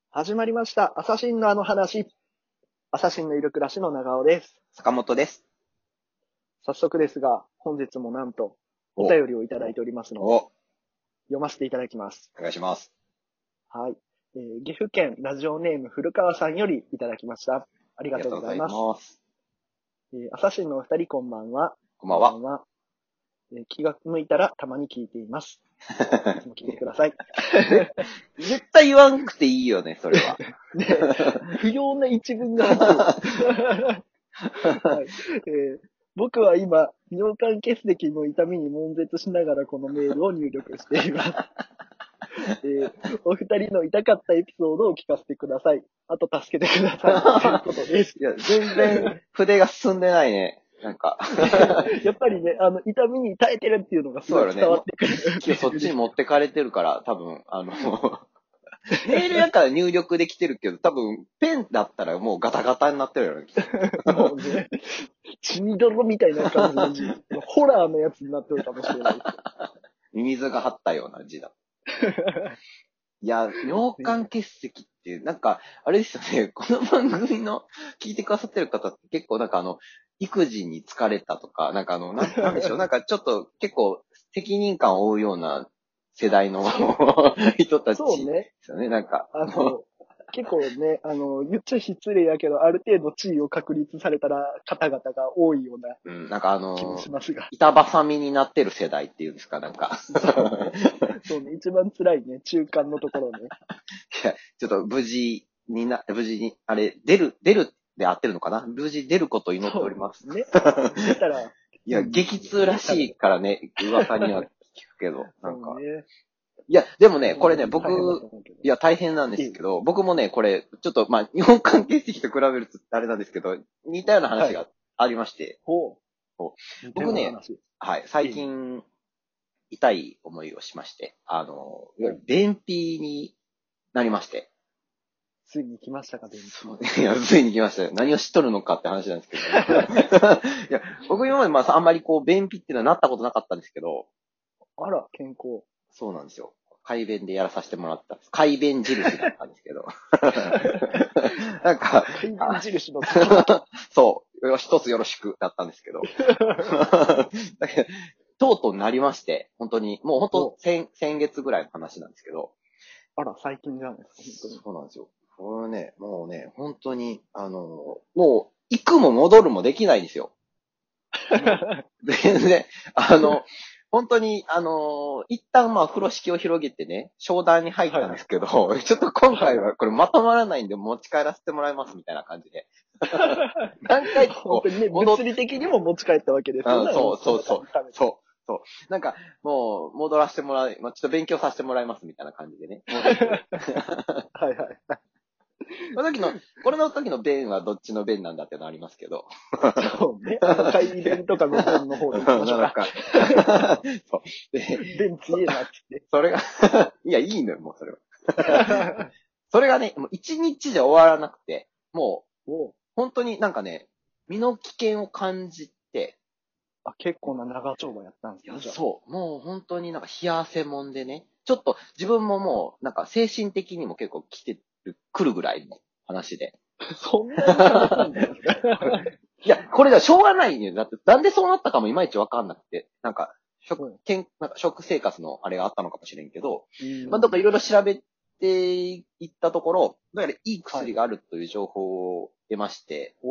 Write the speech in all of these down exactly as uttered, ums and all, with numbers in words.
始まりました。アサシンのあの話。アサシンのいる暮らしの長尾です。 坂本です。 早速ですが、本日もなんとお便りをいただいておりますので、 お、 読ませていただきます。 お願いします。 はい。えー、岐阜県ラジオネーム古川さんよりいただきました。ありがとうございます。 ありがとうございます。 えー、アサシンのお二人こんばんは。 こんばんは。 こんばんは。えー、気が向いたらたまに聞いています。いつも聞いてください。 絶対言わんくていいよね、それは。 ね、不要な一文が入ってる。はい。えー僕は今、尿管結石の痛みに悶絶しながらこのメールを入力しています。えーお二人の痛かったエピソードを聞かせてください。あと助けてください。ということです。 いや、全然筆が進んでないね。なんか。 やっぱりね、あの、痛みに耐えてるっていうのがすごい伝わってくる。 今日そっちに持ってかれてるから、多分、あの、メールやから入力できてるけど、多分、ペンだったらもうガタガタになってるよね。 もうね、血みどろみたいな感じの字。ホラーのやつになってるかもしれないです。 ミミズが張ったような字だ。いや、尿管結石って、なんか、あれですよね、この番組の聞いてくださってる方って結構なんかあの、育児に疲れたとか、なんかあの、なんなんでしょう、なんかちょっと結構責任感を負うような世代の人たちそうね。 ですよね、なんか。 あの、結構ね、あの、言っちゃ失礼やけど、ある程度地位を確立されたら方々が多いようなうん、なんかあ気もの、 しますが。 板挟みになってる世代っていうんですか、なんか。 そうね。そうね。一番辛いね。中間のところね。 いや、ちょっと無事にな、無事に、あれ、出る、出るで合ってるのかな、無事出ることを祈っております。 ね。出たら。 いや、激痛らしいからね、噂には聞くけど、なんか。 ね、 いや、でもね、これね、僕、いや、大変なんですけど、 いい僕もね、これ、ちょっと、まあ、日本関係的と比べるとあれなんですけど、似たような話がありまして、 ほう。 僕ね、はい、最近、痛い思いをしまして、あの、いわゆる便秘になりまして。 ついに来ましたか、便秘。いや、ついに来ましたよ。何を知っとるのかって話なんですけど。いや、僕今までまあ、あんまりこう、便秘っていうのはなったことなかったんですけど。 あら、健康。 そうなんですよ。快便でやらさせてもらったんです。快便印だったんですけど。なんか、 快便印のそう、一つよろしくだったんですけど。だけどとうとうなりまして、本当に、もう本当先、先月ぐらいの話なんですけど。 あら、最近じゃないですか、本当に。 そうなんですよ。これね、もうね、本当に、あの、もう、行くも戻るもできないんですよ。全然、あの、本当に、あの、一旦まあ風呂敷を広げてね、商談に入ったんですけど、はい、ちょっと今回はこれまとまらないんで持ち帰らせてもらいますみたいな感じで。何回か本当にね、物理的にも持ち帰ったわけですよね。 そうそうそう。そう。そう。なんか、もう、戻らせてもらい、まあ、ちょっと勉強させてもらいますみたいな感じでね。 はいはい。 この時の、これの時の弁はどっちの弁なんだってのありますけど。 そうね。あの、会弁とかの弁の方で行きましょうか。そう。で、弁強えなって言って。 それが、いや、いいのよ、もうそれは。それがね、もう一日じゃ終わらなくて、もう、本当になんかね、身の危険を感じて、 あ、結構な長丁場やったんですよ。そう。もう本当になんか冷や汗もんでね、ちょっと自分ももう、なんか精神的にも結構来てる、来るぐらいの話で。 そんなに楽しんですかいや、これがしょうがないよ。だって、なんでそうなったかもいまいちわかんなくて、なんか、食、けん、なんか食生活のあれがあったのかもしれんけど、まあ、どっかいろいろ調べていったところ、どうやらいい薬があるという情報を得まして、はい、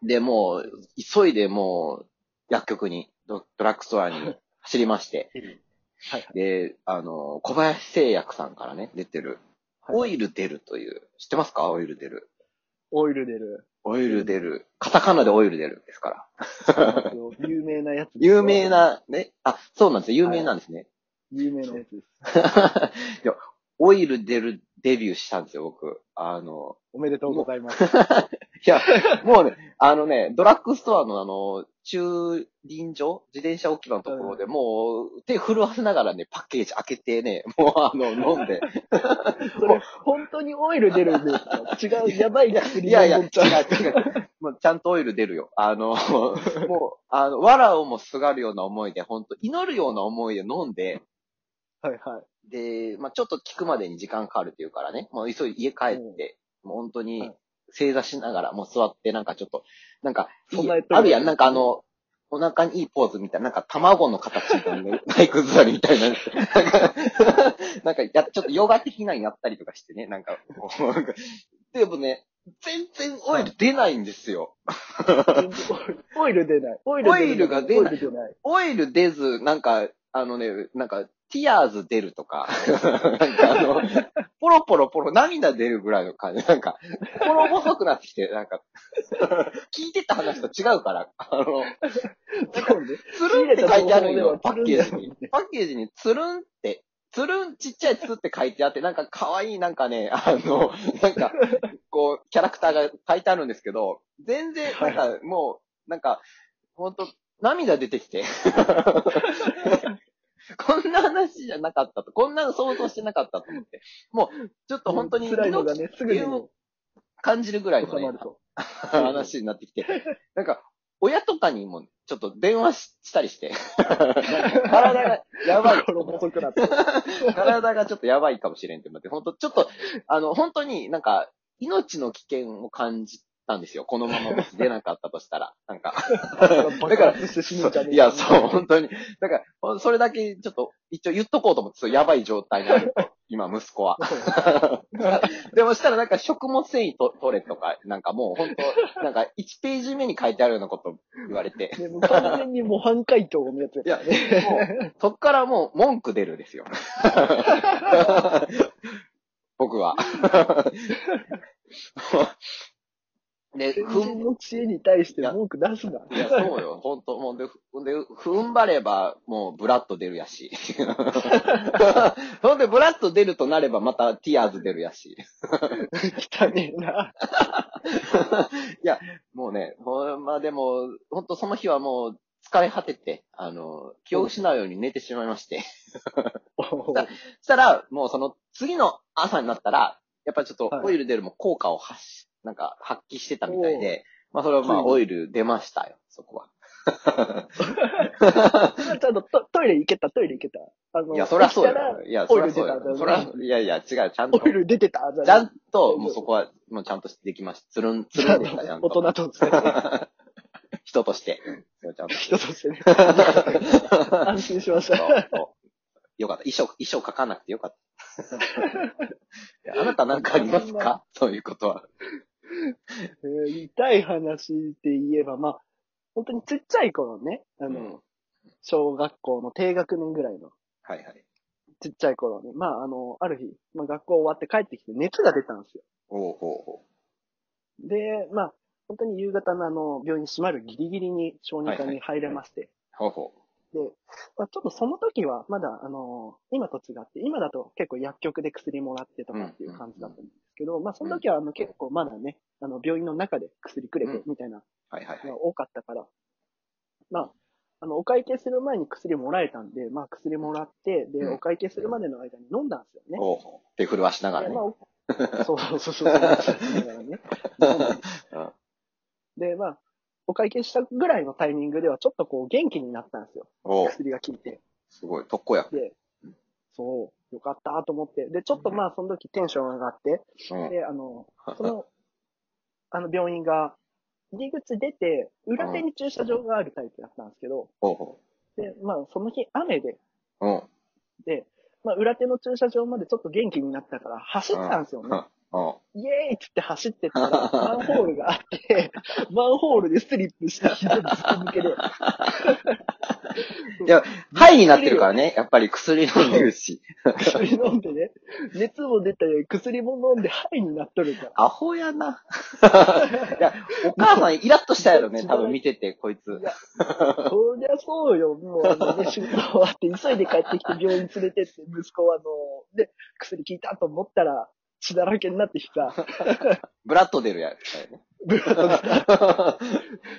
で、もう、急いでもう、薬局に、ド, ドラッグストアに走りまして、はいはい、で、あの、小林製薬さんからね、出てる、オイル出るという、知ってますか？オイル出る。 オイル出る。 オイル出る。カタカナでオイル出るですから。 有名なやつです。 有名な、ね。あ、そうなんですよ。有名なんですね。はい、 有名なやつです。 いや、オイル出るデビューしたんですよ、僕。あの、 おめでとうございます。いや、もうね、あのね、ドラッグストアのあの、駐輪場自転車置き場のところで、もう、手震わせながらね、パッケージ開けてね、もうあの、飲んで。 それ、本当にオイル出るんですか？違う、やばい薬いやいや、違う違う。もうちゃんとオイル出るよ。あの、もう、あの、藁をもすがるような思いで、本当祈るような思いで飲んで、 はいはい。 で、まあちょっと聞くまでに時間かかるっていうからね、もう急いで家帰って、もう本当はにい正座しながら、もう座ってなんかちょっと、なんかいい、 備えとるあるやん、なんかあの、お腹にいいポーズみたいな、なんか卵の形の体育座りみたいな、なんか、なんかや、ちょっとヨガ的なのやったりとかしてね、なんか、こうなんかでもね、全然オイル出ないんですよ。 全然オイル出ない。オイルオイルが出ないオイル出ない。 オイル出ず、なんか、あのね、なんか、ティアーズ出るとか、なんかあの、ポロポロポロ涙出るぐらいの感じ、なんか、心細くなってきて、なんか、聞いてた話と違うから、あの、 そうね。 つるんって書いてあるんよ、 仕入れた情報ではパッケージにつるんだもんね。 パッケージにつるんって、つるん、ちっちゃいつって書いてあって、なんか可愛いなんかね、あの、なんか、こう、キャラクターが書いてあるんですけど、全然、なんかもう、なんか、ほんと、涙出てきて。こんな話じゃなかったと。こんなの想像してなかったと思って。もう、ちょっと本当に辛いのがね、すぐにを感じるぐらいのね収まると。 話になってきて。なんか、親とかにもちょっと電話したりして。体がやばい。 心細くなって。 体がちょっとやばいかもしれんって思って、本当ちょっと、あの、本当になんか、命の危険を感じたんですよ。このままもし出なかったとしたら。なんか。だから、いや、そう、本当に。だから、それだけちょっと、一応言っとこうと思って、そうやばい状態にあると。今、息子は。でもしたら、なんか、食物繊維と取れとか、なんかもう、本当なんか、いちページ目に書いてあるようなこと言われて。 でも完全に模範解答のやついや、 やね。 もう、そっからもう、文句出るですよ。僕は。で、 先ふん、 人の知恵に対して文句出すな。 いや、そうよ。ほんと、もうで、ふで、踏ん張れば、もう、ブラッド出るやし。ほんで、ブラッド出るとなれば、また、ティアーズ出るやし。 汚ねえな。 いや、もうね、ほんまあでも、ほんとその日はもう、疲れ果てて、あの、気を失うように寝てしまいまして。 おそしたら、もうその、次の朝になったら、やっぱりちょっと、 はいオイル出るも効果を発し、なんか、発揮してたみたいで、まあ、それはまあ、オイル出ましたよ、そこは。 ちゃんとトトイレ行けた、トイレ行けた。あの、 いや、そりゃそう起きたらよ。いや、 オイル出たそりゃそうよ。そりゃ、いやいや、違う、ちゃんと。 オイル出てたちゃんと、もうそこは、もうちゃんとできました。つるん、つるんでした、ちゃんと。 大人として。 人として。ちゃんと。 人としてね。安心しました。 そうそうよかった。衣装、衣装書かなくてよかった。あなた何かありますかそういうことは。 えー痛い話って言えば、まあ、本当にちっちゃい頃ね、あの、 うん、 小学校の低学年ぐらいの、 はいはい。 ちっちゃい頃に、まあ、あの、ある日、まあ、学校終わって帰ってきて熱が出たんですよ。 おうほうほで、まあ、本当に夕方のあの、病院閉まるギリギリに小児科に入れまして、 う。ほうほで、まあ、ちょっとその時は、まだ、あの、今と違って、今だと結構薬局で薬もらってとかっていう感じだったんですけど、まあ、その時は、あの、結構まだね、あの、病院の中で薬くれて、みたいなう。はいはいはい。 のが多かったから、まあ、あの、お会計する前に薬もらえたんで、まあ、薬もらって、で、 うんお会計するまでの間に飲んだんですよね。 おうほう。手震わしながらね。 でまあ、そうそうそうそう、そうしながらね。飲んだうんで、まあ、お会計したぐらいのタイミングでは、ちょっとこう、元気になったんですよ。 おう薬が効いて。 すごい、特効薬。 で、そう、よかったと思って。で、ちょっとまあ、その時テンション上がって、 うん。 で、あの、その、あの病院が、入り口出て、裏手に駐車場があるタイプだったんですけど、 ほうほで、まあ、その日雨で、 う。うん。 で、まあ、裏手の駐車場までちょっと元気になったから走ったんですよね。 うん。 イエーイっつって走ってったら、マンホールがあって、マンホールでスリップして膝ぶつけ抜けで。 いや、ハイになってるからね。やっぱり薬飲んでるし。 薬飲んでね、熱も出て、薬も飲んでハイになっとるから。 アホやな。いや、お母さんイラッとしたやろね。多分見てて、こいつ。 いや、そりゃそうよ。もう、あのね、仕事終わって急いで帰ってきて病院連れてって、息子はあの、で、薬効いたと思ったら、血だらけになってきた。 ブラッド出るやつだよね。 ブラッド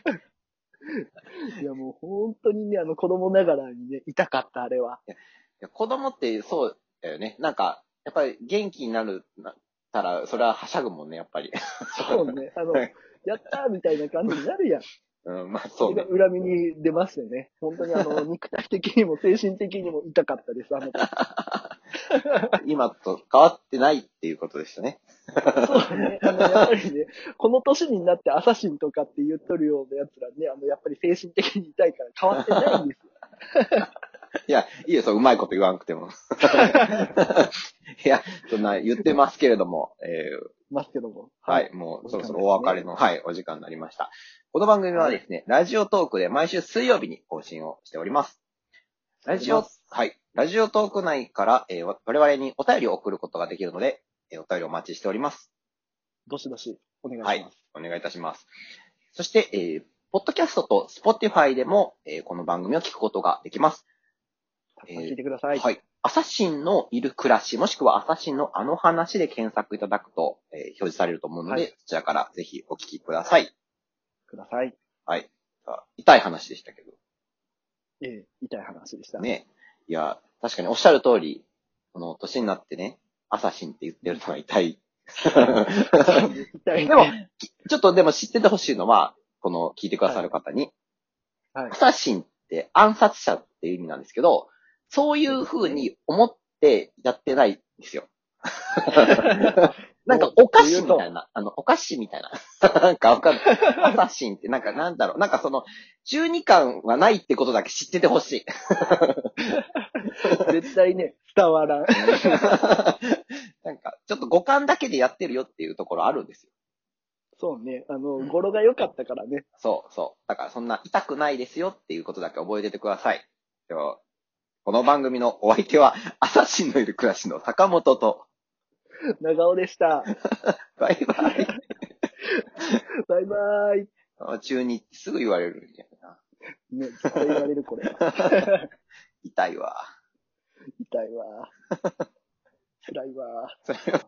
いや、もう本当にね、あの、子供ながらにね、痛かった、あれは。 いや子供ってそうだよね。なんか、やっぱり元気になるなったら、それははしゃぐもんね、やっぱり。 そうね。あの、やったーみたいな感じになるやん。 うん、まあそうね。 恨みに出ますよね。本当にあの、肉体的にも精神的にも痛かったです、あの時。 今と変わってないっていうことでしたね。 そうね。あの、やっぱりね、この年になってアサシンとかって言っとるような奴らね、あの、やっぱり精神的に痛いから変わってないんですよ。 いや、いいよ、そう、うまいこと言わんくても。いや、そんな言ってますけれども、えー、 ますけども。 はい、もうそろそろお別れの、はい、お時間になりました。この番組はですね、ラジオトークで毎週水曜日に更新をしております。ラジオ、はい、ラジオトーク内から、えー、我々にお便りを送ることができるので、えー、お便りお待ちしております。 どしどしお願いします。はい、 お願いいたします。そして、えー、ポッドキャストと Spotify でも、えー、この番組を聞くことができます。 聞いてください。 はい。アサシンのいる暮らし、もしくはアサシンのあの話で検索いただくと、えー、表示されると思うので、はい、そちらからぜひお聞きください。 ください。 はい。痛い話でしたけど。 ええ、痛い話でした。 ね。いや、確かにおっしゃる通り、この年になってね、アサシンって言ってるのは痛い。痛いね。でも、ちょっとでも知っててほしいのは、この聞いてくださる方に、はいはい、アサシンって暗殺者っていう意味なんですけど、そういう風に思ってやってないんですよ。なんかお菓子みたいな、あの、お菓子みたいな。なんかわかんない。アサシンってなんかなんだろう。なんかその、じゅうにかんはないってことだけ知っててほしい。 絶対ね、伝わらん。 なんか、ちょっとごかんだけでやってるよっていうところあるんですよ。 そうね。あの、語呂が良かったからね。 そうそう。だからそんな痛くないですよっていうことだけ覚えててください。ではこの番組のお相手は、アサシンのいる暮らしの坂本と、 長尾でした。 バイバイ。 バイバイ。 中にすぐ言われるんやな。 ね、絶対言われる、これは。 痛いわ。 痛いわ。辛いわ。